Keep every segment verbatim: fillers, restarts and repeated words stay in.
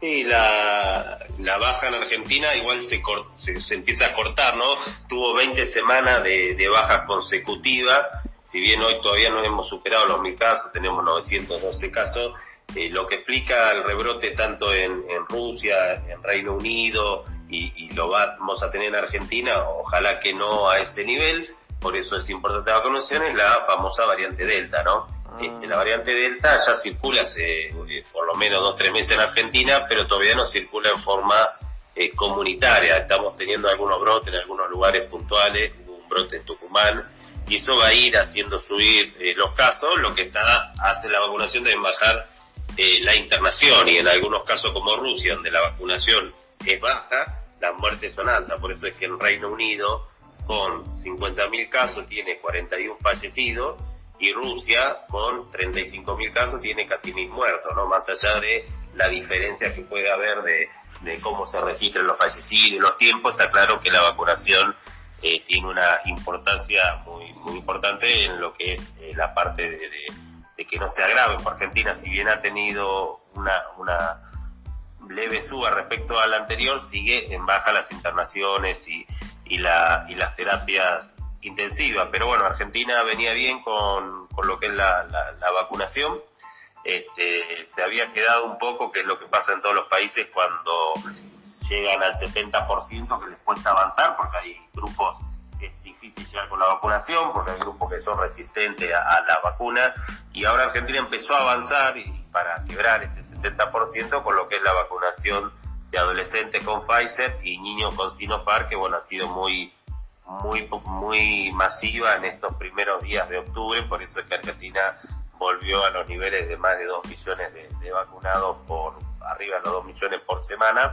Sí, la, la baja en Argentina igual se, cor, se, se empieza a cortar, ¿no? Tuvo veinte semanas de, de bajas consecutivas, si bien hoy todavía no hemos superado los mil casos, tenemos novecientos doce casos, eh, lo que explica el rebrote tanto en, en Rusia, en Reino Unido, y, y lo vamos a tener en Argentina, ojalá que no a ese nivel, por eso es importante la vacunación, es la famosa variante Delta, ¿no? Este, la variante Delta ya circula hace eh, por lo menos dos o tres meses en Argentina, pero todavía no circula en forma eh, comunitaria. Estamos teniendo algunos brotes en algunos lugares puntuales, hubo un brote en Tucumán, y eso va a ir haciendo subir eh, los casos. Lo que está hace la vacunación de bajar eh, la internación, y en algunos casos como Rusia, donde la vacunación es baja, las muertes son altas. Por eso es que en Reino Unido, con cincuenta mil casos, tiene cuarenta y uno fallecidos, y Rusia, con treinta y cinco mil casos, tiene casi mil muertos, ¿no? Más allá de la diferencia que puede haber de, de cómo se registran los fallecidos y los tiempos, está claro que la vacunación eh, tiene una importancia muy muy importante en lo que es eh, la parte de, de, de que no se agraven. Por Argentina, si bien ha tenido una, una leve suba respecto al anterior, sigue en baja las internaciones y, y, la, y las terapias intensiva, pero bueno, Argentina venía bien con, con lo que es la, la, la vacunación. Este, se había quedado un poco, que es lo que pasa en todos los países cuando llegan al setenta por ciento, que les cuesta avanzar, porque hay grupos que es difícil llegar con la vacunación, porque hay grupos que son resistentes a, a la vacuna, y ahora Argentina empezó a avanzar y para quebrar este setenta por ciento con lo que es la vacunación de adolescentes con Pfizer y niños con Sinopharm, que bueno, ha sido muy muy muy masiva en estos primeros días de octubre. Por eso es que Argentina volvió a los niveles de más de dos millones de, de vacunados, por arriba de los dos millones por semana.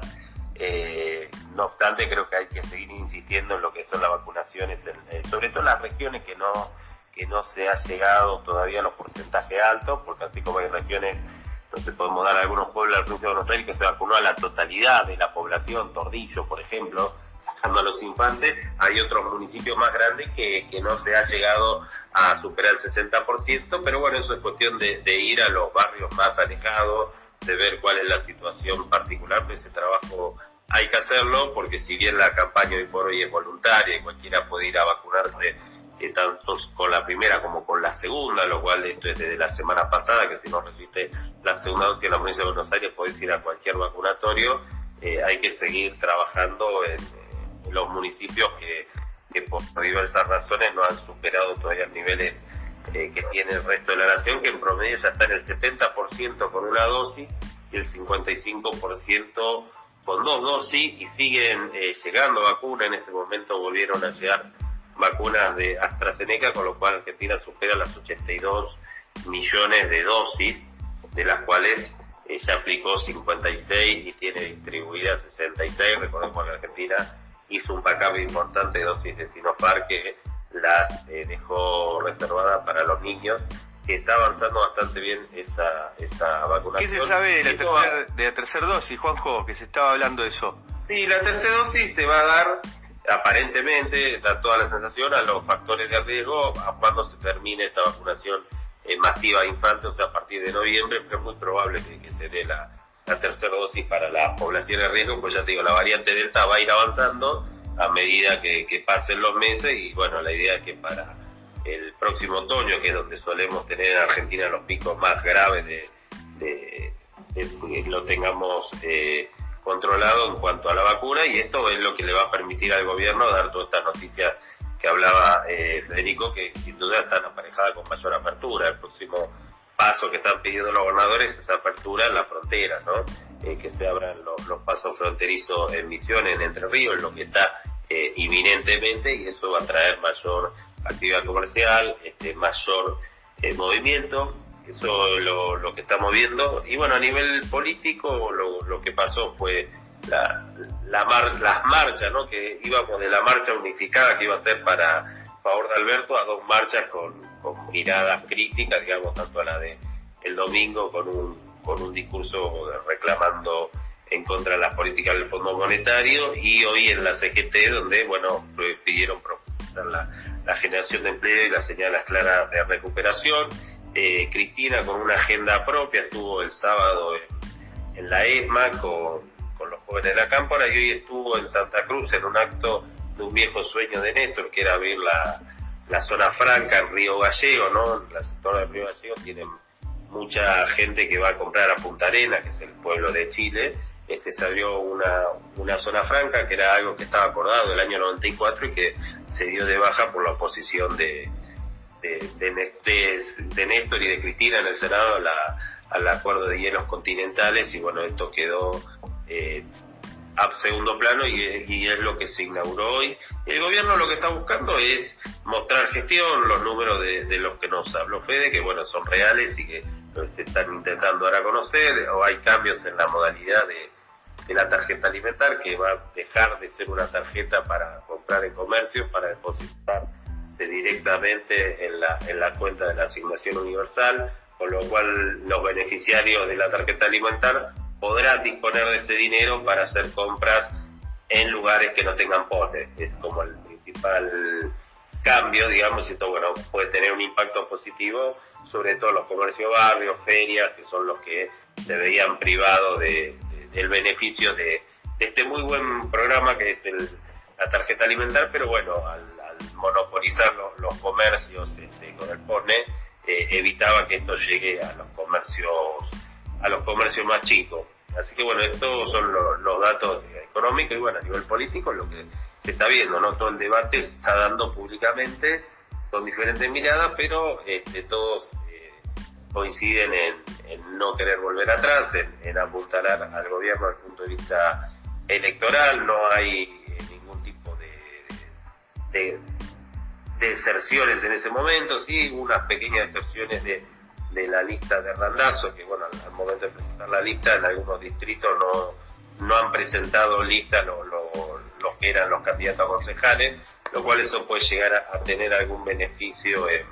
Eh, no obstante, creo que hay que seguir insistiendo en lo que son las vacunaciones, en, eh, sobre todo en las regiones que no que no se ha llegado todavía a los porcentajes altos, porque así como hay regiones, no sé, podemos dar algunos pueblos de la provincia de Buenos Aires que se vacunó a la totalidad de la población, Tordillo, por ejemplo, a los infantes. Hay otros municipios más grandes que, que no se ha llegado a superar el sesenta por ciento, pero bueno, eso es cuestión de, de ir a los barrios más alejados, de ver cuál es la situación particular. Pues ese trabajo hay que hacerlo, porque si bien la campaña hoy por hoy es voluntaria y cualquiera puede ir a vacunarse, eh, tanto con la primera como con la segunda, lo cual esto es desde la semana pasada, que si no recibiste la segunda dosis en la provincia de Buenos Aires podés ir a cualquier vacunatorio. Eh, hay que seguir trabajando en los municipios que, que por diversas razones no han superado todavía niveles eh, que tiene el resto de la nación, que en promedio ya está en el setenta por ciento con una dosis y el cincuenta y cinco por ciento con dos dosis, y siguen eh, llegando vacunas. En este momento volvieron a llegar vacunas de AstraZeneca, con lo cual Argentina supera las ochenta y dos millones de dosis, de las cuales eh, ya aplicó cincuenta y seis y tiene distribuidas sesenta y seis. Recordemos que Argentina hizo un backup importante de dosis de Sinopharm que las eh, dejó reservadas para los niños, que está avanzando bastante bien esa esa vacunación. ¿Qué se sabe de la, tercer, de la tercera dosis, Juanjo, que se estaba hablando de eso? Sí, la tercera dosis se va a dar, aparentemente, da toda la sensación, a los factores de riesgo, a cuando se termine esta vacunación eh, masiva de infantes, o sea, a partir de noviembre, pero es muy probable que, que se dé la la tercera dosis para la población de riesgo. Pues ya te digo, la variante Delta va a ir avanzando a medida que, que pasen los meses, y bueno, la idea es que para el próximo otoño, que es donde solemos tener en Argentina los picos más graves, de, de, de, de lo tengamos eh, controlado en cuanto a la vacuna, y esto es lo que le va a permitir al gobierno dar todas estas noticias que hablaba eh, Federico, que sin duda están aparejadas con mayor apertura. El próximo paso que están pidiendo los gobernadores es esa apertura en la frontera, ¿no? Eh, que se abran los, los pasos fronterizos en Misiones, en Entre Ríos, lo que está eh, inminentemente, y eso va a traer mayor actividad comercial, este, mayor eh, movimiento. Eso es lo, lo que estamos viendo. Y bueno, a nivel político, lo, lo que pasó fue la, la mar, las marchas, ¿no? Que íbamos de la marcha unificada que iba a ser para favor de Alberto a dos marchas con, con miradas críticas, digamos, tanto a la de el domingo con un con un discurso reclamando en contra de las políticas del Fondo Monetario, y hoy en la C G T, donde, bueno, pidieron profundizar la, la generación de empleo y las señales claras de recuperación. Eh, Cristina, con una agenda propia, estuvo el sábado en, en la ESMA con, con los jóvenes de la Cámpora, y hoy estuvo en Santa Cruz en un acto de un viejo sueño de Néstor, que era abrir la, la zona franca en Río Gallego, ¿no? La sectora de Río Gallego tienen mucha gente que va a comprar a Punta Arenas, que es el pueblo de Chile. Este, se abrió una, una zona franca, que era algo que estaba acordado el año noventa y cuatro y que se dio de baja por la oposición de, de, de, de, de Néstor y de Cristina en el Senado a la, al acuerdo de hielos continentales, y bueno, esto quedó eh, a segundo plano y, y es lo que se inauguró hoy. El gobierno lo que está buscando es mostrar gestión, los números de, de los que nos habló Fede, que bueno, son reales y que se están intentando dar a conocer, o hay cambios en la modalidad de, de la tarjeta alimentar, que va a dejar de ser una tarjeta para comprar en comercio, para depositarse directamente en la, en la cuenta de la asignación universal, con lo cual los beneficiarios de la tarjeta alimentar podrán disponer de ese dinero para hacer compras en lugares que no tengan PONE. Es como el principal cambio, digamos, y esto bueno, puede tener un impacto positivo, sobre todo los comercios barrios, ferias, que son los que se veían privados de, de, del beneficio de, de este muy buen programa que es el, la tarjeta alimentar, pero bueno, al, al monopolizar los, los comercios este, con el PONE, eh, evitaba que esto llegue a los comercios a los comercios más chicos. Así que bueno, estos son los, los datos económicos, y bueno, a nivel político lo que se está viendo, ¿no? Todo el debate se está dando públicamente con diferentes miradas, pero este, todos eh, coinciden en, en no querer volver atrás, en, en apuntalar al gobierno desde el punto de vista electoral. No hay eh, ningún tipo de, de, de deserciones en ese momento, sí, unas pequeñas deserciones de, de la lista de Randazzo, que bueno, al, al momento de presentar la lista, en algunos distritos no, no han presentado lista los lo, lo que eran los candidatos a concejales, lo cual eso puede llegar a, a tener algún beneficio en,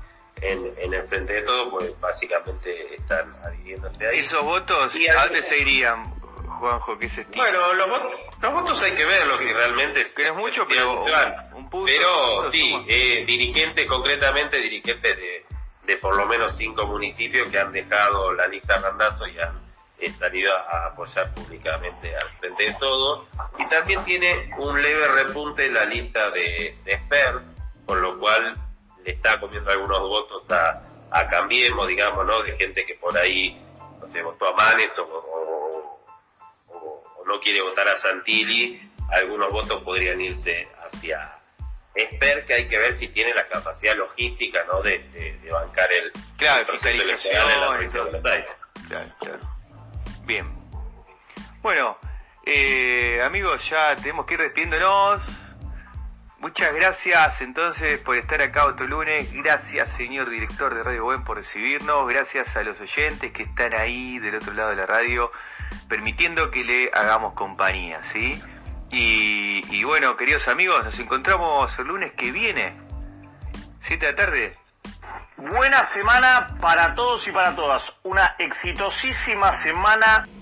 en, en el frente de todo, pues básicamente están adhiriéndose ahí. ¿Esos votos y a dónde se irían, Juanjo? ¿Qué se estima? Bueno, los votos, los votos hay que verlos y realmente... Que no es mucho, pero un, un punto, Pero un punto, sí, eh, dirigentes, concretamente dirigentes de, de por lo menos cinco municipios que han dejado la lista Randazzo y han salido a apoyar públicamente al frente de todo, y también tiene un leve repunte la lista de, de Esper, con lo cual le está comiendo algunos votos a, a Cambiemos, digamos, ¿no? De gente que por ahí, no sé, votó a Manes o, o, o, o no quiere votar a Santilli. Algunos votos podrían irse hacia Esper, que hay que ver si tiene la capacidad logística, ¿no? De, de, de bancar el, claro, el proceso electoral en la provincia de Buenos Aires. Claro, claro. Bien. Bueno, eh, amigos, ya tenemos que ir despidiéndonos. Muchas gracias entonces por estar acá otro lunes. Gracias, señor director de Radio Bohem, por recibirnos. Gracias a los oyentes que están ahí del otro lado de la radio, permitiendo que le hagamos compañía, ¿sí? Y, y bueno, queridos amigos, nos encontramos el lunes que viene, siete de la tarde. Buena semana para todos y para todas. Una exitosísima semana